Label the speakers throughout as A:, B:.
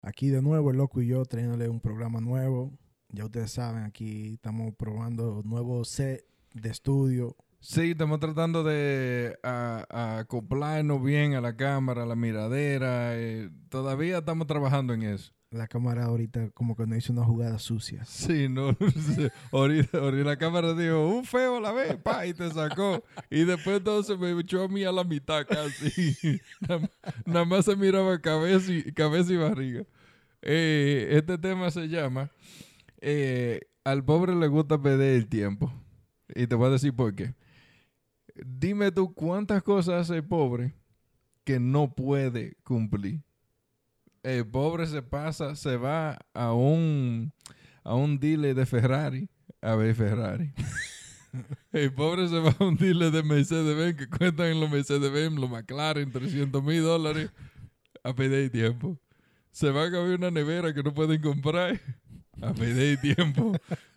A: Aquí de nuevo el Loco y yo trayéndole un programa nuevo. Ya ustedes saben, aquí estamos probando nuevo set de estudio.
B: Sí, estamos tratando de acoplarnos bien a la cámara, a la miradera. Todavía estamos trabajando en eso.
A: La cámara ahorita como que nos hizo una jugada sucia.
B: Sí, no. Sí, ahorita la cámara dijo, un feo a la vez, pa, y te sacó. Y después entonces me echó a mí a la mitad casi. Nada más se miraba cabeza y barriga. Este tema se llama Al pobre le gusta perder el tiempo. Y te voy a decir por qué. Dime tú cuántas cosas hace el pobre que no puede cumplir. El pobre se va a un dealer de Ferrari a ver Ferrari. El pobre se va a un dealer de Mercedes-Benz que cuentan en los Mercedes-Benz, los McLaren, $300,000 a pedir tiempo. Se va a ver una nevera que no pueden comprar a pedir tiempo.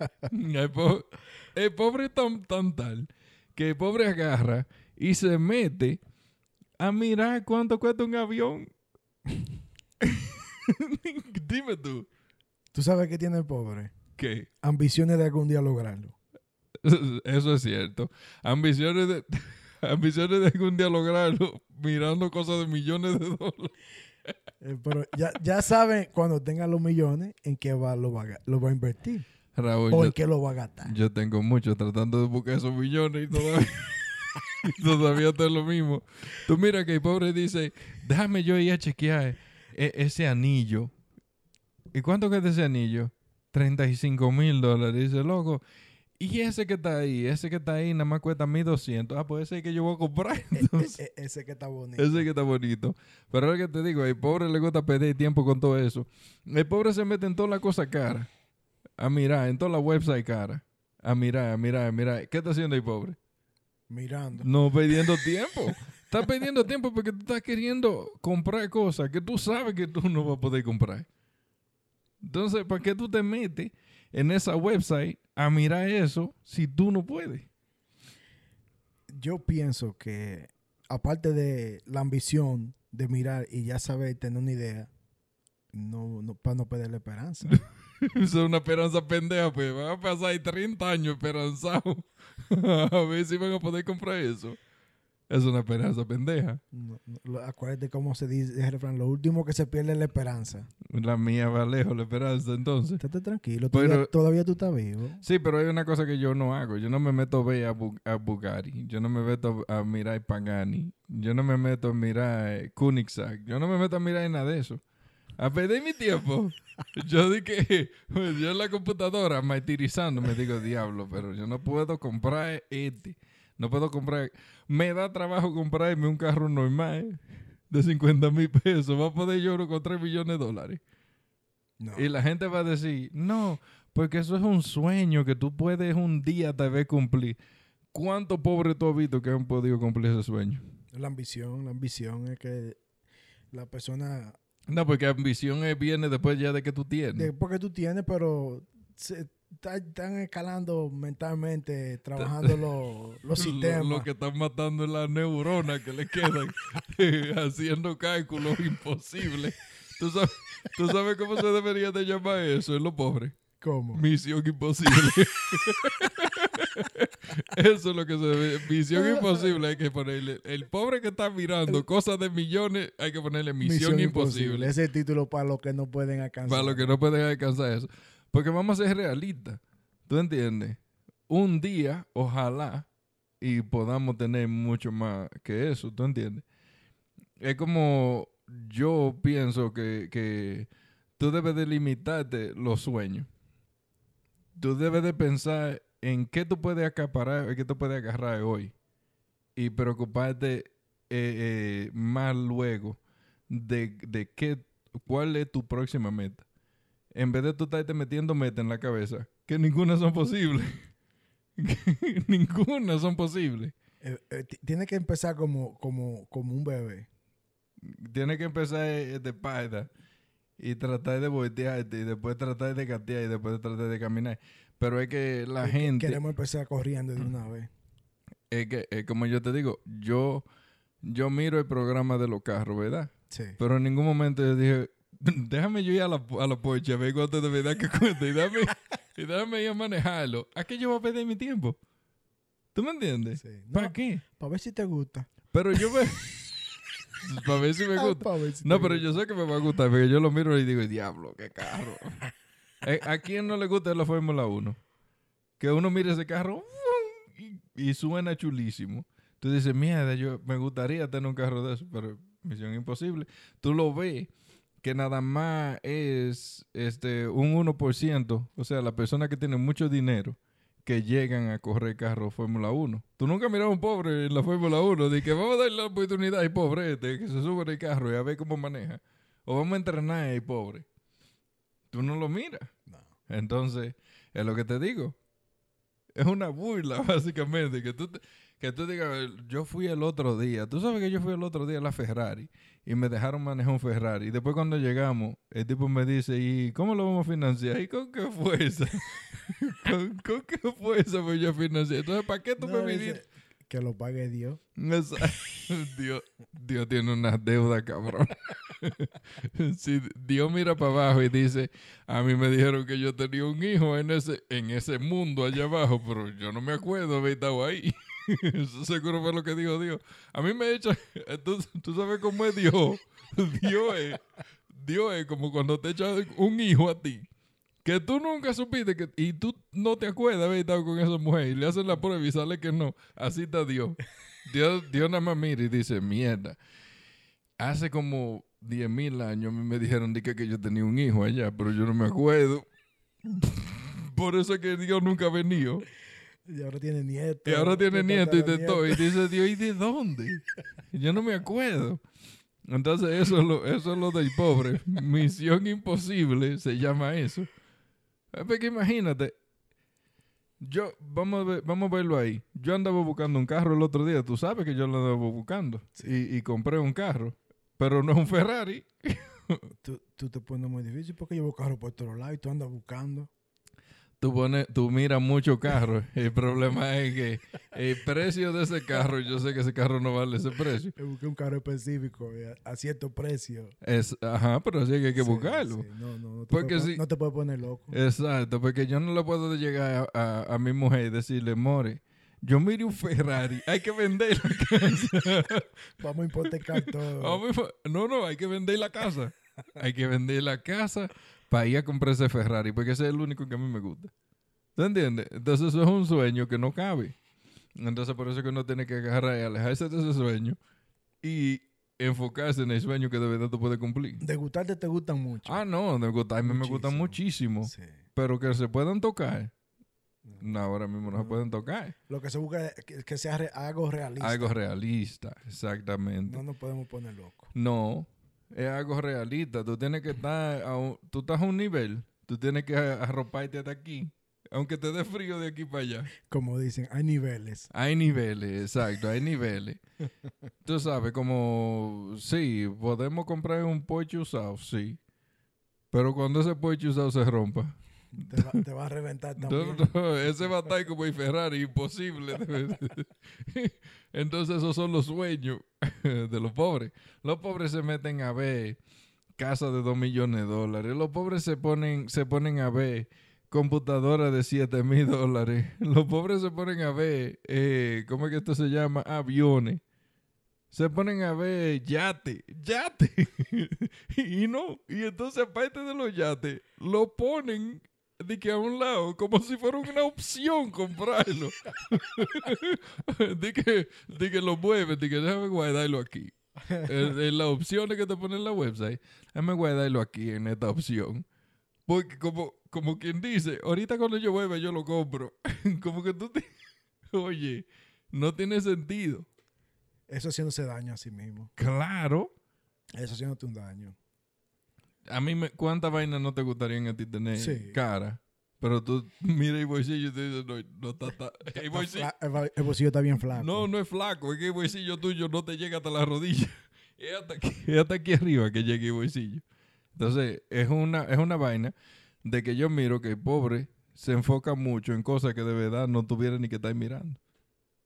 B: El pobre es tan tal que el pobre agarra y se mete a mirar cuánto cuesta un avión. Dime tú.
A: ¿Tú sabes qué tiene el pobre?
B: ¿Qué?
A: Ambiciones de algún día lograrlo.
B: Eso es cierto. Ambiciones de, ambiciones de algún día lograrlo mirando cosas de millones de dólares.
A: Pero ya saben cuando tengan los millones en qué lo va a invertir.
B: Raúl,
A: O en qué lo va a gastar.
B: yo tengo mucho tratando de buscar esos millones y todavía está lo mismo. Tú mira que el pobre dice, déjame yo ir a chequear ese anillo. ¿Y cuánto cuesta ese anillo? $35,000. Dice, loco, y ese que está ahí nada más cuesta 1,200. Ah, pues ese es el que yo voy a comprar. Entonces,
A: Ese que está bonito.
B: ese que está bonito. Pero es que te digo, el pobre le gusta perder tiempo con todo eso. El pobre se mete en toda la cosa cara. A mirar, en toda la website cara. A mirar. ¿Qué está haciendo el pobre?
A: Mirando.
B: No perdiendo tiempo. Estás perdiendo tiempo porque tú estás queriendo comprar cosas que tú sabes que tú no vas a poder comprar. Entonces, ¿para qué tú te metes en esa website a mirar eso si tú no puedes?
A: Yo pienso que aparte de la ambición de mirar y ya saber tener una idea, para no perder la esperanza.
B: Eso es una esperanza pendeja, pues. Van a pasar ahí 30 años esperanzados a ver si van a poder comprar eso. Es una esperanza pendeja.
A: Acuérdate cómo se dice el refrán, lo último que se pierde es la esperanza.
B: La mía va lejos la esperanza, entonces.
A: Estate tranquilo,
B: Pero-
A: todavía tú estás vivo.
B: Sí, pero hay una cosa que yo no hago. Yo no me meto a ver a Bugatti. Yo no me meto a mirar Pagani. Yo no me meto a mirar Koenigsegg. Yo no me meto a mirar nada de eso. A perder mi tiempo. Yo dije, pues, yo en la computadora martirizando me digo, diablo, pero yo no puedo comprar este. No puedo comprar. Me da trabajo comprarme un carro normal de 50,000 pesos. Va a poder yo con $3 millones.
A: No.
B: Y la gente va a decir, no, porque eso es un sueño que tú puedes un día tal vez cumplir. ¿Cuántos pobres tú has visto que han podido cumplir ese sueño?
A: La ambición es que la persona,
B: No, porque ambición viene después ya de que tú tienes.
A: después que tú tienes, pero están escalando mentalmente, trabajando los sistemas.
B: Lo que están matando es las neuronas que le quedan haciendo cálculos imposibles. ¿Tú sabes cómo se debería de llamar eso en los pobres?
A: ¿Cómo?
B: Misión imposible. Eso es lo que se debe. Misión imposible hay que ponerle. El pobre que está mirando cosas de millones, hay que ponerle misión imposible.
A: Ese es el título para los que no pueden alcanzar.
B: Para los que no pueden alcanzar eso. Porque vamos a ser realistas. ¿Tú entiendes? Un día, ojalá, y podamos tener mucho más que eso. ¿Tú entiendes? Es como yo pienso que tú debes de limitarte los sueños. Tú debes de pensar en qué tú puedes acaparar, en qué tú puedes agarrar hoy. Y preocuparte más luego de cuál es tu próxima meta. En vez de tú estarte metiendo metas en la cabeza, que ninguna son posibles. Ninguna son posibles.
A: Tiene que empezar como un bebé.
B: Tienes que empezar de espalda y tratar de voltearte y después tratar de gatear y después tratar de caminar. Pero es que la gente...
A: Queremos empezar corriendo de una vez.
B: Es que, como yo te digo, yo miro el programa de los carros, ¿verdad?
A: Sí.
B: Pero en ningún momento yo dije, déjame yo ir a la Porsche a ver cuánto de verdad que cuesta y déjame ir a manejarlo. ¿A qué yo voy a perder mi tiempo? ¿Tú me entiendes?
A: Sí.
B: ¿Para
A: No,
B: qué?
A: para ver si te gusta.
B: Pero yo me... para ver si me gusta.
A: Pa' ver si
B: No,
A: te
B: pero
A: gusta.
B: yo sé que me va a gustar, porque yo lo miro y digo, diablo, qué carro. ¿A quién no le gusta la Fórmula 1? Que uno mire ese carro y suena chulísimo. Tú dices, mierda, yo me gustaría tener un carro de eso, pero misión imposible. Tú lo ves que nada más es un 1%, o sea, la persona que tiene mucho dinero, que llegan a correr carro Fórmula 1. Tú nunca miras a un pobre en la Fórmula 1 de que vamos a darle la oportunidad al pobre que se sube en el carro y a ver cómo maneja. O vamos a entrenar al pobre. Tú no lo miras.
A: No.
B: Entonces, es lo que te digo. Es una burla, básicamente, que tú digas, yo fui el otro día. Tú sabes que yo fui el otro día a la Ferrari y me dejaron manejar un Ferrari. Y después cuando llegamos, el tipo me dice, ¿y cómo lo vamos a financiar? ¿Y con qué fuerza? ¿Con qué fuerza voy a financiar? Entonces, ¿para qué tú
A: No,
B: me
A: dice
B: viniste?
A: que lo pague Dios.
B: Dios tiene una deuda, cabrón. Si Dios mira para abajo y dice, a mí me dijeron que yo tenía un hijo en ese mundo allá abajo, pero yo no me acuerdo haber estado ahí. Eso seguro fue lo que dijo Dios. A mí me echa, tú sabes cómo es Dios. Dios es como cuando te echa un hijo a ti. Que tú nunca supiste y tú no te acuerdas de haber estado con esa mujer y le hacen la prueba y sale que no. Así está Dios. Dios nada más mira y dice, mierda. Hace como 10,000 años a mí me dijeron que yo tenía un hijo allá, pero yo no me acuerdo. Por eso es que Dios nunca ha venido.
A: Y ahora tiene nieto.
B: Y ahora tiene nieto y de
A: nieto.
B: todo. Y dice Dios, ¿y de dónde? Yo no me acuerdo. Entonces eso es lo del pobre. Misión imposible se llama eso. Porque imagínate, vamos a verlo ahí. Yo andaba buscando un carro el otro día. Tú sabes que yo lo andaba buscando.
A: Sí.
B: Y compré un carro. Pero no es un Ferrari.
A: Tú te pones muy difícil porque llevo carro por todos lados y tú andas buscando.
B: Tú miras mucho carro. El problema es que el precio de ese carro, yo sé que ese carro no vale ese precio.
A: Yo busqué un carro específico a cierto precio.
B: Ajá, pero así que hay que
A: Sí,
B: buscarlo.
A: sí. No te
B: Porque
A: puedes
B: si-
A: no te puedes poner loco.
B: Exacto, porque yo no le puedo llegar a mi mujer y decirle, more, yo miré un Ferrari, hay que vender la casa.
A: Vamos a hipotecar todo.
B: No, hay que vender la casa. Hay que vender la casa para ir a comprar ese Ferrari, porque ese es el único que a mí me gusta. ¿Tú entiendes? Entonces eso es un sueño que no cabe. Entonces por eso es que uno tiene que agarrar y alejarse de ese sueño y enfocarse en el sueño que de verdad tú puedes cumplir.
A: De gustarte te gustan mucho.
B: Ah, no, de gustarme me gustan
A: Muchísimo.
B: muchísimo.
A: Sí.
B: Pero que se puedan tocar.
A: No.
B: No, ahora mismo no se pueden tocar.
A: Lo que se busca es que sea algo realista.
B: Algo realista, exactamente.
A: No nos podemos poner locos.
B: No, es algo realista. Tú tienes que estar tú estás a un nivel. Tú tienes que arroparte hasta aquí. Aunque te dé frío de aquí para allá.
A: Como dicen, hay niveles.
B: Hay niveles, exacto, hay niveles. Tú sabes, como, sí, podemos comprar un Porsche usado, sí. Pero cuando ese Porsche usado se rompa,
A: Te va a reventar
B: no,
A: también.
B: no, ese va a estar como el Ferrari, imposible. Entonces esos son los sueños de los pobres. Los pobres se meten a ver casas de $2,000,000. Los pobres se ponen a ver computadoras de $7,000. Los pobres se ponen a ver, ¿cómo es que esto se llama? Aviones. Se ponen a ver yate. Y entonces aparte de los yates, lo ponen de que a un lado, como si fuera una opción comprarlo. de que lo mueven, de que déjame guardarlo aquí. En las opciones que te ponen en la website, déjame guardarlo aquí en esta opción. Porque como quien dice, ahorita cuando yo vuelva yo lo compro. Como que oye, no tiene sentido.
A: Eso haciéndose daño a sí mismo.
B: Claro.
A: Eso haciéndote un daño.
B: A mí, ¿cuántas vainas no te gustarían a ti tener
A: Sí.
B: cara? Pero tú mira el bolsillo y te dices, no está. El bolsillo,
A: El bolsillo está bien flaco.
B: no es flaco, es que el bolsillo tuyo no te llega hasta la rodilla. Es hasta aquí arriba que llega el bolsillo. Entonces, es una vaina de que yo miro que el pobre se enfoca mucho en cosas que de verdad no tuviera ni que estar mirando.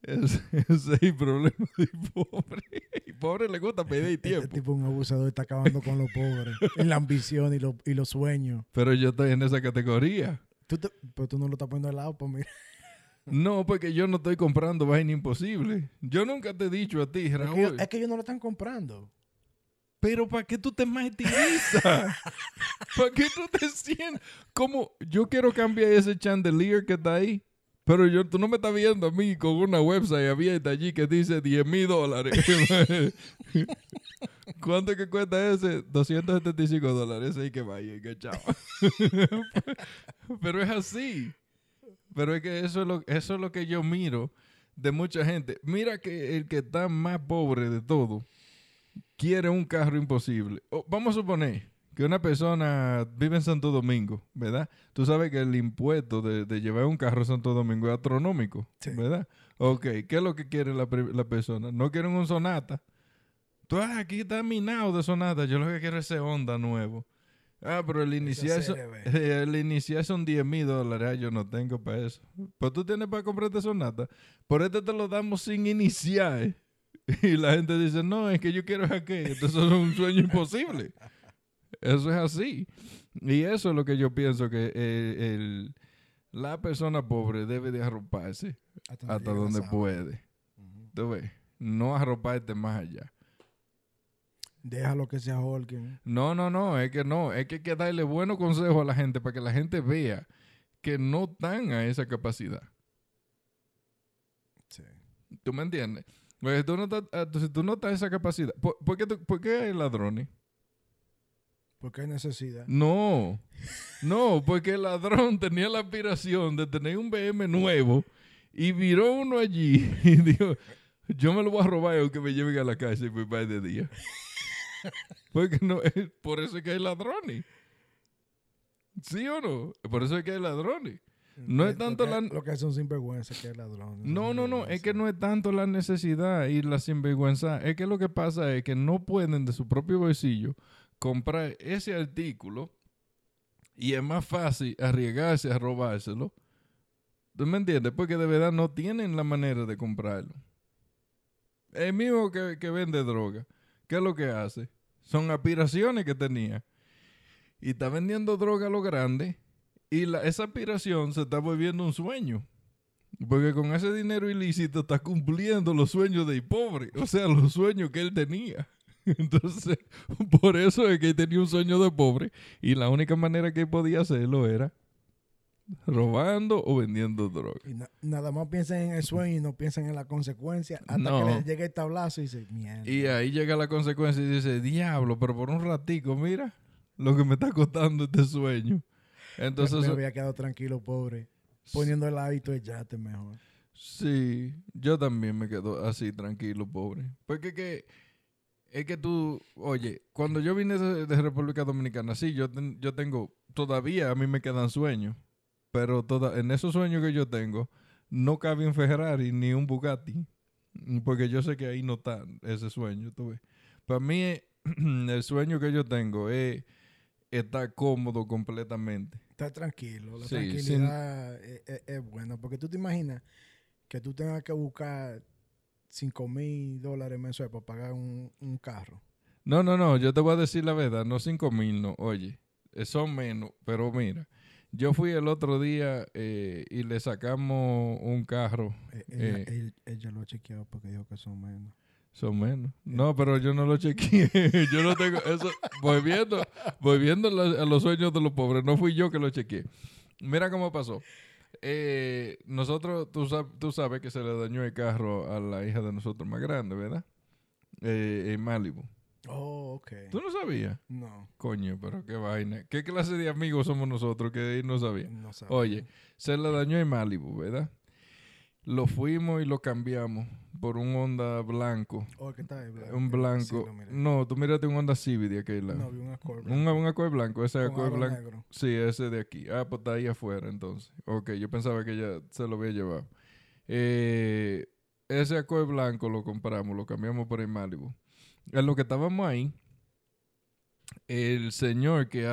B: Ese es el problema de pobre. Y pobre le gusta pedir tiempo.
A: Este tipo, un abusador, está acabando con los pobres. En la ambición y los sueños.
B: Pero yo estoy en esa categoría.
A: Pero tú no lo estás poniendo al lado, pues mira.
B: No, porque yo no estoy comprando vaina imposible. Yo nunca te he dicho a ti, Raúl.
A: Es que ellos no lo están comprando.
B: Pero ¿para qué tú te martirizas? ¿Para qué tú te sientes? Como yo quiero cambiar ese chandelier que está ahí. Pero tú no me estás viendo a mí con una website abierta allí que dice $10,000. ¿Cuánto que cuesta ese? $275. Ese ahí que vaya, que chao. Pero es así. Pero es que eso es lo que yo miro de mucha gente. Mira que el que está más pobre de todo quiere un carro imposible. Vamos a suponer que una persona vive en Santo Domingo, ¿verdad? Tú sabes que el impuesto de llevar un carro a Santo Domingo es astronómico,
A: Sí.
B: ¿verdad? Ok, ¿qué es lo que quiere la persona? No quieren un Sonata. Aquí está minado de Sonata. Yo lo que quiero es ese Honda nuevo. Pero el inicial, el inicial son $10,000. Yo no tengo para eso. Pues tú tienes para comprarte Sonata. Por este te lo damos sin iniciar. Y la gente dice, no, es que yo quiero aquello. Entonces es un sueño imposible. Eso es así. Y eso es lo que yo pienso que la persona pobre debe de arroparse hasta donde puede. ¿Tú ves? No arroparte más allá.
A: Déjalo que se ahorquen.
B: No, es que no. Es que hay que darle buenos consejos a la gente para que la gente vea que no están a esa capacidad.
A: Sí.
B: ¿Tú me entiendes? Porque si tú no estás a esa capacidad, ¿por qué hay ladrones?
A: Porque hay necesidad.
B: No, porque el ladrón tenía la aspiración de tener un BM nuevo y viró uno allí y dijo, yo me lo voy a robar aunque me lleven a la casa y me vaya de día. Porque no, por eso es que hay ladrones. ¿Sí o no? Por eso es que hay ladrones. No es tanto
A: lo que son sinvergüenza que es ladrón.
B: No, es que no es tanto la necesidad y la sinvergüenza. Es que lo que pasa es que no pueden de su propio bolsillo comprar ese artículo y es más fácil arriesgarse a robárselo. ¿Tú me entiendes? Porque de verdad no tienen la manera de comprarlo. El mismo que vende droga, ¿qué es lo que hace? Son aspiraciones que tenía. Y está vendiendo droga a lo grande y esa aspiración se está volviendo un sueño. Porque con ese dinero ilícito está cumpliendo los sueños del pobre. O sea, los sueños que él tenía. Entonces, por eso es que él tenía un sueño de pobre. Y la única manera que él podía hacerlo era robando o vendiendo droga.
A: Y nada más piensan en el sueño y no piensan en la consecuencia. Hasta que les llegue el tablazo y dice, mierda.
B: Y ahí llega la consecuencia y dice, diablo, pero por un ratico, mira lo que me está costando este sueño. Entonces,
A: me había quedado tranquilo, pobre. Poniendo el hábito de yate mejor.
B: Sí, yo también me quedo así tranquilo, pobre. Porque es que tú, oye, cuando yo vine de República Dominicana, sí, yo tengo, todavía a mí me quedan sueños, pero en esos sueños que yo tengo, no cabe un Ferrari ni un Bugatti, porque yo sé que ahí no está ese sueño, tú ves. Para mí, el sueño que yo tengo es estar cómodo completamente.
A: Estar tranquilo. La tranquilidad es buena. Porque tú te imaginas que tú tengas que buscar $5,000 mensuales para pagar un carro.
B: No, yo te voy a decir la verdad, no 5,000, no, oye, son menos, pero mira, yo fui el otro día y le sacamos un carro.
A: Él ya lo ha chequeado porque dijo que son menos.
B: Son menos. No, pero yo no lo chequeé. Yo no tengo eso. Volviendo a los sueños de los pobres, no fui yo que lo chequeé. Mira cómo pasó. Nosotros, tú sabes que se le dañó el carro a la hija de nosotros más grande, ¿verdad? En Malibu.
A: Oh, ok.
B: ¿Tú no sabías?
A: No.
B: Coño, pero qué vaina. ¿Qué clase de amigos somos nosotros que él no sabía?
A: No sabía.
B: Oye, se le dañó en Malibu, ¿verdad? Lo fuimos y lo cambiamos por un Honda blanco.
A: Oh, ¿qué tal?
B: Un blanco.
A: Sí,
B: no, tú mírate un Honda Civic de aquel lado.
A: No, vi un Accord blanco.
B: Un Accord blanco, ese
A: Con
B: Accord
A: aro
B: blanco.
A: negro.
B: Sí, ese de aquí. Pues está ahí afuera entonces. Ok, yo pensaba que ya se lo había llevado. Ese Accord blanco lo compramos, lo cambiamos por el Malibu. En lo que estábamos ahí, el señor que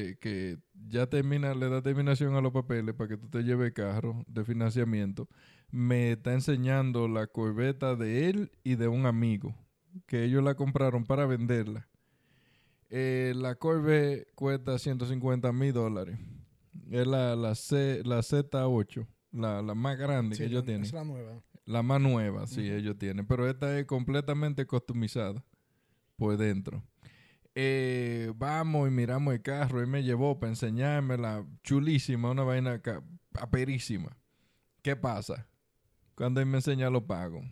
B: ya le da terminación a los papeles para que tú te lleves carro de financiamiento, me está enseñando la corbeta de él y de un amigo, que ellos la compraron para venderla. La Corvette cuesta $150,000. Es la Z8, la más grande
A: Sí,
B: que ellos tienen.
A: es la nueva.
B: La más nueva, sí, ellos tienen. Pero esta es completamente customizada por dentro. Vamos y miramos el carro. Él me llevó para enseñármela. Chulísima, una vaina aperísima. ¿Qué pasa? Cuando él me enseña los pagos.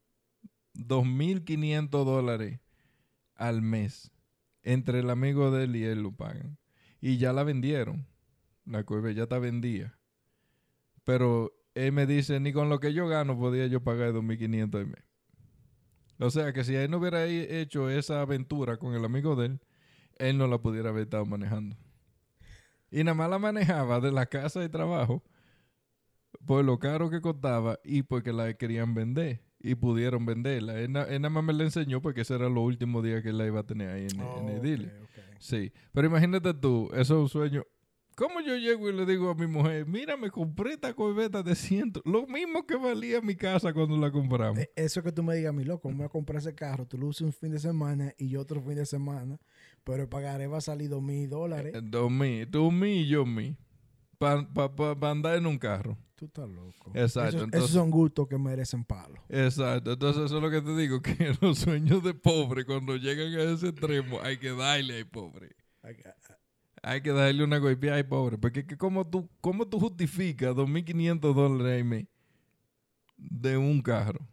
B: $2,500 al mes. Entre el amigo de él y él lo pagan. Y ya la vendieron. La Corvette ya está vendida. Pero él me dice, ni con lo que yo gano podía yo pagar $2,500 al mes. O sea que si él no hubiera hecho esa aventura con el amigo de él no la pudiera haber estado manejando. Y nada más la manejaba de la casa de trabajo por lo caro que costaba y porque la querían vender. Y pudieron venderla. Él nada más me la enseñó porque ese era los últimos días que él la iba a tener ahí en el dealer.
A: Okay.
B: Sí. Pero imagínate tú, eso es un sueño. ¿Cómo yo llego y le digo a mi mujer, mira, me compré esta Corvette de 100, lo mismo que valía mi casa cuando la compramos?
A: Eso que tú me digas, mi loco, me voy a comprar ese carro, tú lo usas un fin de semana y yo otro fin de semana, pero el pagaré va a salir $2,000.
B: $2,000, tú mil y yo mil, para andar en un carro.
A: Tú estás loco.
B: Exacto.
A: Esos son gustos que merecen palo.
B: Exacto. Entonces eso es lo que te digo, que los sueños de pobre, cuando llegan a ese extremo, hay que darle al pobre. Hay que darle una golpeada al pobre. Porque ¿cómo tú justificas $2,500 al mes de un carro?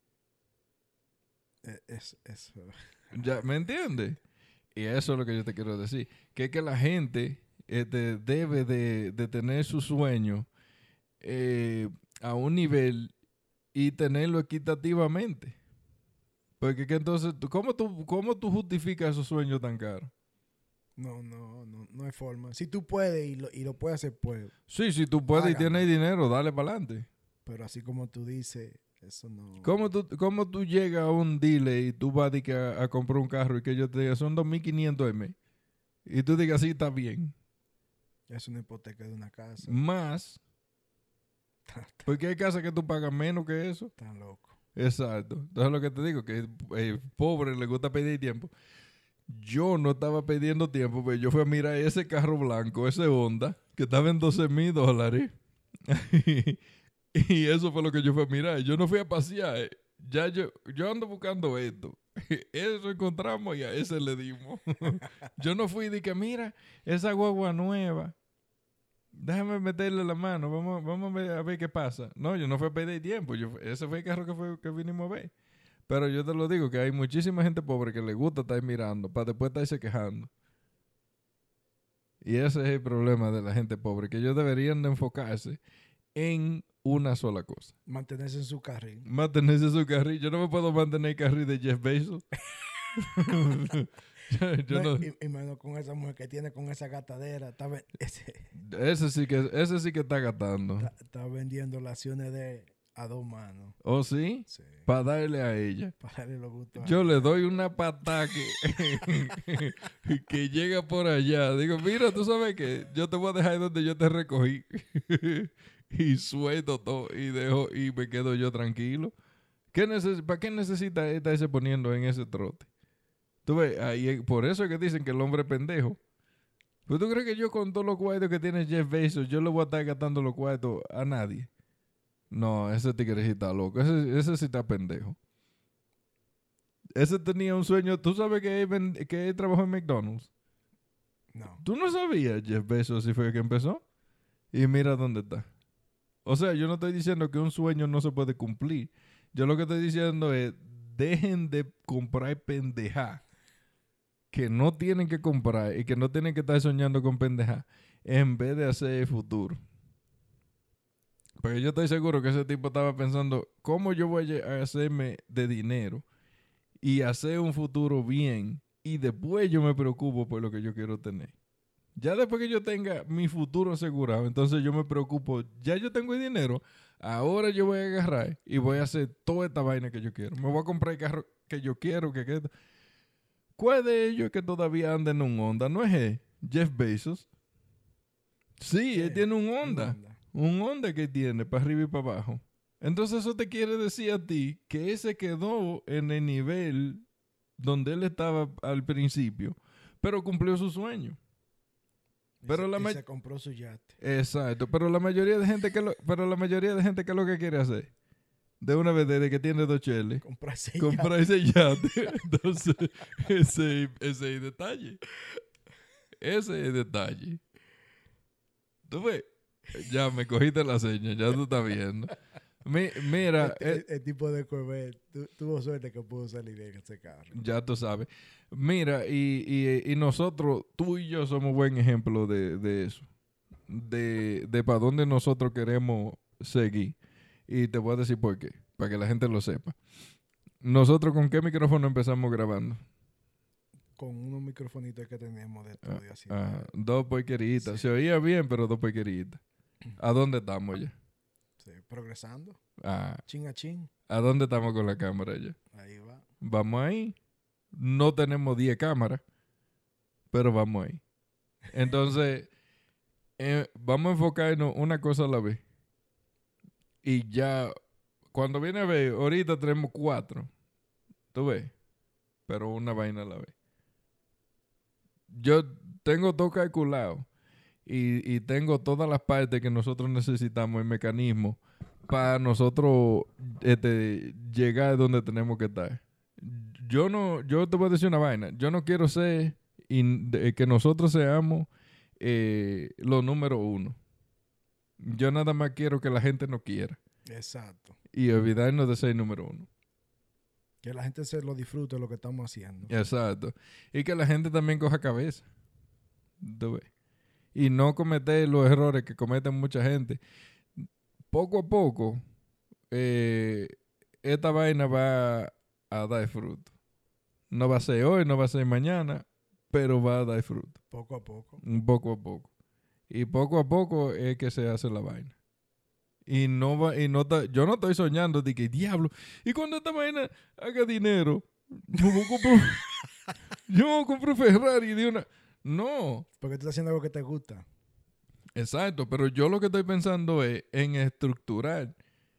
A: Eso.
B: ¿Ya me entiendes? Y eso es lo que yo te quiero decir. Que es que la gente debe de tener su sueño a un nivel y tenerlo equitativamente. Porque que entonces, ¿cómo tú justificas esos sueños tan caros?
A: No hay forma. Si tú puedes y lo puedes hacer, pues.
B: Sí, si tú puedes y
A: Hágalo.
B: tienes dinero, dale para adelante.
A: Pero así como tú dices, eso no.
B: ¿Cómo tú llegas a un dealer y tú vas a comprar un carro y que ellos te digan son $2,500 al mes? Y tú digas, sí, está bien.
A: Es una hipoteca de una casa.
B: Más, porque hay casas que tú pagas menos que eso.
A: Tan loco.
B: Exacto. Entonces lo que te digo, que pobre le gusta pedir tiempo. Yo no estaba pidiendo tiempo, pero yo fui a mirar ese carro blanco, ese Honda, que estaba en $12,000. Y eso fue lo que yo fui a mirar. Yo no fui a pasear. Ya yo ando buscando esto. Eso encontramos y a ese le dimos. Yo no fui y dije, mira, esa guagua nueva. Déjame meterle la mano. Vamos a ver qué pasa. No, yo no fui a pedir tiempo. Ese fue el carro que vinimos a ver. Pero yo te lo digo, que hay muchísima gente pobre que le gusta estar mirando para después estarse quejando. Y ese es el problema de la gente pobre, que ellos deberían de enfocarse en una sola cosa.
A: Mantenerse en su carril.
B: Mantenerse en su carril. Yo no me puedo mantener el carril de Jeff Bezos.
A: Y menos con esa mujer que tiene con esa gatadera.
B: Ese sí que está gatando.
A: Está vendiendo las acciones a 2 manos.
B: ¿Oh, sí?
A: Sí.
B: Para darle a ella.
A: Para darle los gustos.
B: Yo le doy una patada que llega por allá. Digo, mira, tú sabes que yo te voy a dejar donde yo te recogí. Y suelto todo y me quedo yo tranquilo. ¿Para qué necesita estarse poniendo en ese trote? Tú ves, por eso es que dicen que el hombre es pendejo. ¿Pero tú crees que yo con todos los cuartos que tiene Jeff Bezos, yo le voy a estar gastando los cuartos a nadie? No, ese tigre sí está loco. Ese sí está pendejo. Ese tenía un sueño. ¿Tú sabes que él trabajó en McDonald's?
A: No.
B: ¿Tú no sabías, Jeff Bezos, si fue que empezó? Y mira dónde está. O sea, yo no estoy diciendo que un sueño no se puede cumplir. Yo lo que estoy diciendo es, dejen de comprar pendeja que no tienen que comprar y que no tienen que estar soñando con pendeja en vez de hacer el futuro. Porque yo estoy seguro que ese tipo estaba pensando, ¿cómo yo voy a hacerme de dinero y hacer un futuro bien? Y después yo me preocupo por lo que yo quiero tener. Ya después que yo tenga mi futuro asegurado, entonces yo me preocupo, ya yo tengo el dinero, ahora yo voy a agarrar y voy a hacer toda esta vaina que yo quiero. Me voy a comprar el carro que yo quiero, ¿Cuál de ellos es que todavía anda en un Honda? ¿No es él? Jeff Bezos. Sí, él tiene un Honda. Un Honda que tiene para arriba y para abajo. Entonces eso te quiere decir a ti que ese quedó en el nivel donde él estaba al principio, pero cumplió su sueño. Pero
A: y se compró su yate.
B: Exacto, pero la mayoría de gente que ¿qué es lo que quiere hacer? De una vez desde que tiene 2 cheles.
A: Comprar ese
B: Comprar ese yate. Entonces, ese es el detalle. Ese es el detalle. ¿Tú ves? Ya me cogiste la seña, ya tú estás viendo. Mira,
A: el tipo de Corvette tuvo suerte que pudo salir bien ese carro.
B: ya tú sabes. Mira, y nosotros, tú y yo somos buen ejemplo de eso. De para dónde nosotros queremos seguir. Y te voy a decir por qué, para que la gente lo sepa. Nosotros, ¿con qué micrófono empezamos grabando?
A: Con unos microfonitos que tenemos de estudio así.
B: 2 porqueritas.
A: Sí.
B: Se oía bien, pero 2 porqueritas. ¿A dónde estamos ya?
A: Sí, progresando.
B: Ah,
A: Chin a chin.
B: ¿a dónde estamos con la cámara ya?
A: Ahí va.
B: Vamos ahí. No tenemos 10 cámaras, pero vamos ahí. Entonces, vamos a enfocarnos una cosa a la vez. Y ya, cuando viene a ver, ahorita tenemos 4. ¿Tú ves? Pero una vaina a la vez. Yo tengo todo calculado y tengo todas las partes que nosotros necesitamos, el mecanismo, para nosotros llegar donde tenemos que estar. Yo te voy a decir una vaina. Yo no quiero ser que nosotros seamos los número 1. Yo nada más quiero que la gente nos quiera.
A: Exacto.
B: Y olvidarnos de ser número 1.
A: Que la gente se lo disfrute de lo que estamos haciendo.
B: Exacto. Y que la gente también coja cabeza. ¿Tú ves? Y no cometer los errores que cometen mucha gente. Poco a poco, esta vaina va a dar fruto. No va a ser hoy, no va a ser mañana, pero va a dar fruto.
A: Poco a poco.
B: Poco a poco. Y poco a poco es que se hace la vaina. Y yo no estoy soñando de que diablo. Y cuando esta vaina haga dinero, yo voy a comprar un Ferrari de una. No.
A: Porque tú estás haciendo algo que te gusta.
B: Exacto, pero yo lo que estoy pensando es en estructurar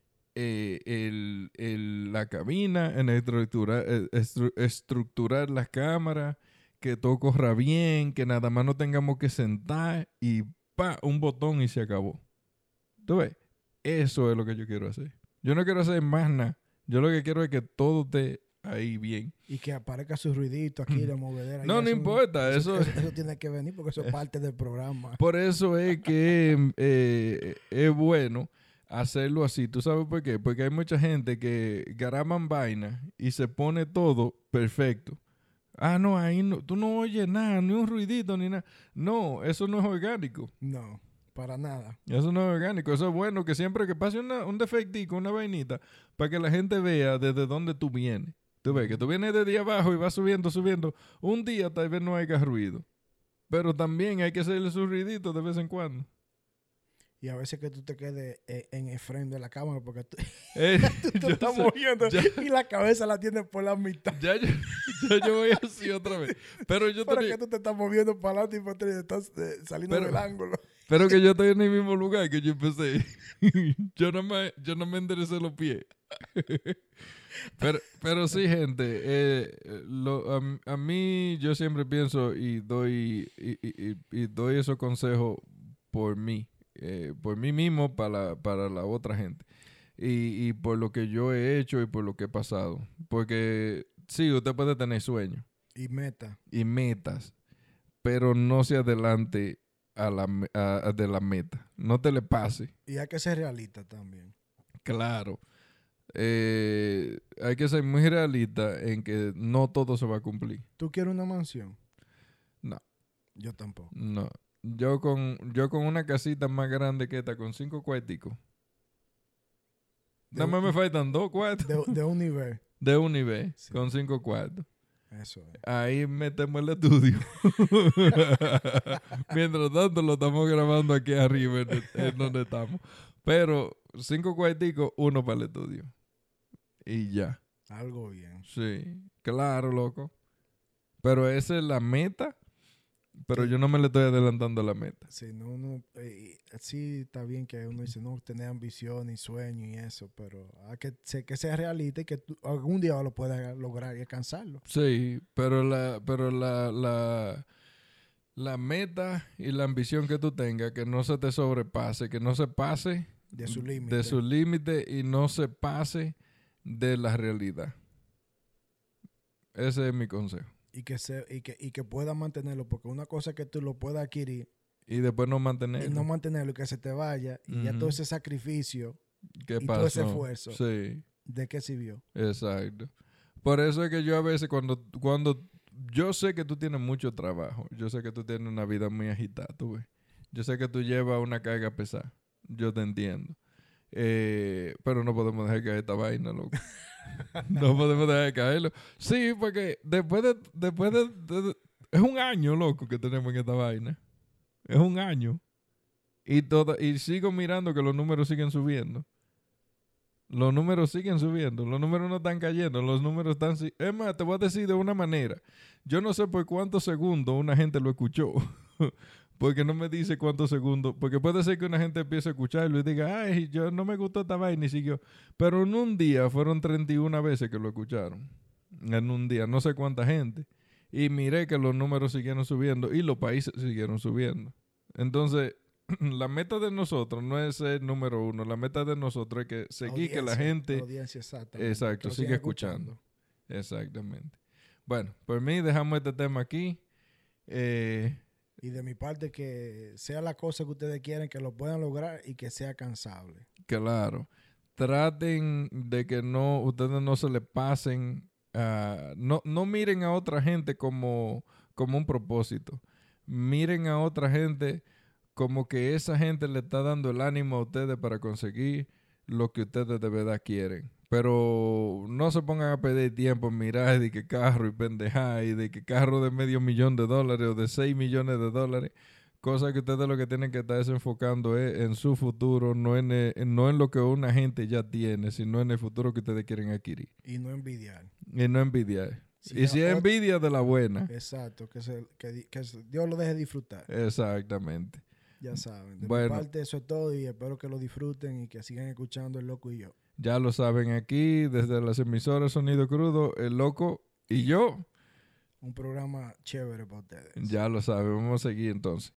B: la cabina, en estructurar las cámaras, que todo corra bien, que nada más no tengamos que sentar y un botón y se acabó. ¿Tú ves? Eso es lo que yo quiero hacer. Yo no quiero hacer más nada. Yo lo que quiero es que todo esté ahí bien.
A: Y que aparezca su ruidito aquí de movedera.
B: No, no importa. Eso
A: tiene que venir porque eso es parte del programa.
B: Por eso es que es bueno hacerlo así. ¿Tú sabes por qué? Porque hay mucha gente que graban vaina y se pone todo perfecto. No, ahí no, tú no oyes nada, ni un ruidito, ni nada. No, eso no es orgánico.
A: No, para nada.
B: Eso no es orgánico. Eso es bueno que siempre que pase un defectico, una vainita, para que la gente vea desde dónde tú vienes. Tú ves que tú vienes desde abajo y vas subiendo. Un día tal vez no haya ruido. Pero también hay que hacerle su ruidito de vez en cuando.
A: Y a veces que tú te quedes en el frame de la cámara porque tú
B: yo
A: estás moviendo y la cabeza la tienes por la mitad.
B: Ya yo voy así otra vez. Pero
A: que tú te estás moviendo para adelante y para atrás y estás saliendo del ángulo.
B: Pero que yo estoy en el mismo lugar que yo empecé. yo no me enderecé los pies. pero sí, gente. A mí yo siempre pienso y doy esos consejos por mí. Por mí mismo para la otra gente. Y por lo que yo he hecho y por lo que he pasado. Porque sí, usted puede tener sueños.
A: Y
B: metas. Pero no se adelante de la meta. No te le pase.
A: Y hay que ser realista también.
B: Claro. Hay que ser muy realista en que no todo se va a cumplir.
A: ¿Tú quieres una mansión?
B: No.
A: Yo tampoco.
B: No. Yo con una casita más grande que esta, con 5 cuarticos. Nada más me faltan 2 cuartos.
A: De un nivel.
B: De un nivel,
A: sí.
B: Con 5 cuartos.
A: Eso es.
B: Ahí metemos el estudio. Mientras tanto lo estamos grabando aquí arriba en donde estamos. Pero 5 cuarticos, 1 para el estudio. Y ya.
A: Algo bien.
B: Sí, claro, loco. Pero esa es la meta Pero
A: Sí.
B: yo no me le estoy adelantando a la meta.
A: Sí, no, no, sí está bien que uno dice, no, tener ambición y sueño y eso, pero hay que sea realista y que tú algún día lo puedas lograr y alcanzarlo.
B: Sí, pero la meta y la ambición que tú tengas, que no se te sobrepase, que no se pase
A: De su
B: de
A: límite.
B: su límite y no se pase de la realidad. Ese es mi consejo.
A: Y que pueda mantenerlo, porque una cosa es que tú lo puedas adquirir
B: Y después no
A: y
B: mantenerlo.
A: no mantenerlo y que se te vaya y ya
B: Ujú.
A: todo ese sacrificio
B: ¿Qué
A: y
B: pasó?
A: todo ese esfuerzo,
B: Sí,
A: ¿de qué sirvió?
B: exacto. Por eso es que yo a veces cuando yo sé que tú tienes mucho trabajo, yo sé que tú tienes una vida muy agitada, tú ves. Yo sé que tú llevas una carga pesada. Yo te entiendo. Pero no podemos dejar caer esta vaina, loco. No podemos dejar caerlo. Sí, porque es un año, loco, que tenemos en esta vaina. Es un año. Y sigo mirando que los números siguen subiendo. Los números siguen subiendo. Los números no están cayendo. Los números están... Es más, te voy a decir de una manera. Yo no sé por cuántos segundos una gente lo escuchó. Porque no me dice cuántos segundos. Porque puede ser que una gente empiece a escucharlo y diga, ay, yo no me gustó esta vaina y siguió. Pero en un día fueron 31 veces que lo escucharon. En un día. No sé cuánta gente. Y miré que los números siguieron subiendo y los países siguieron subiendo. Entonces, la meta de nosotros no es ser número uno. La meta de nosotros es que seguir que la
A: La
B: gente,
A: audiencia, exactamente.
B: exacto,
A: que lo
B: siga
A: sigan
B: escuchando. Exactamente. Bueno, por mí dejamos este tema aquí.
A: Y de mi parte, que sea la cosa que ustedes quieren, que lo puedan lograr y que sea cansable.
B: Claro. Traten de que no, ustedes no se le pasen, no miren a otra gente como un propósito. Miren a otra gente como que esa gente le está dando el ánimo a ustedes para conseguir lo que ustedes de verdad quieren. Pero no se pongan a perder tiempo en mirar de que carro y pendejada y de que carro de $500,000 o de $6 millones. Cosa que ustedes lo que tienen que estar enfocando es en su futuro, no en lo que una gente ya tiene, sino en el futuro que ustedes quieren adquirir.
A: Y no envidiar.
B: Y no envidiar.
A: Si
B: Y
A: ya
B: si es envidia, de la buena.
A: Exacto, Dios lo deje disfrutar.
B: Exactamente.
A: Ya saben. De mi
B: Bueno,
A: parte, eso es todo y espero que lo disfruten y que sigan escuchando El Loco y Yo.
B: ya lo saben aquí, desde las emisoras Sonido Crudo, El Loco y yo.
A: Un programa chévere para ustedes.
B: Ya lo saben, vamos a seguir entonces.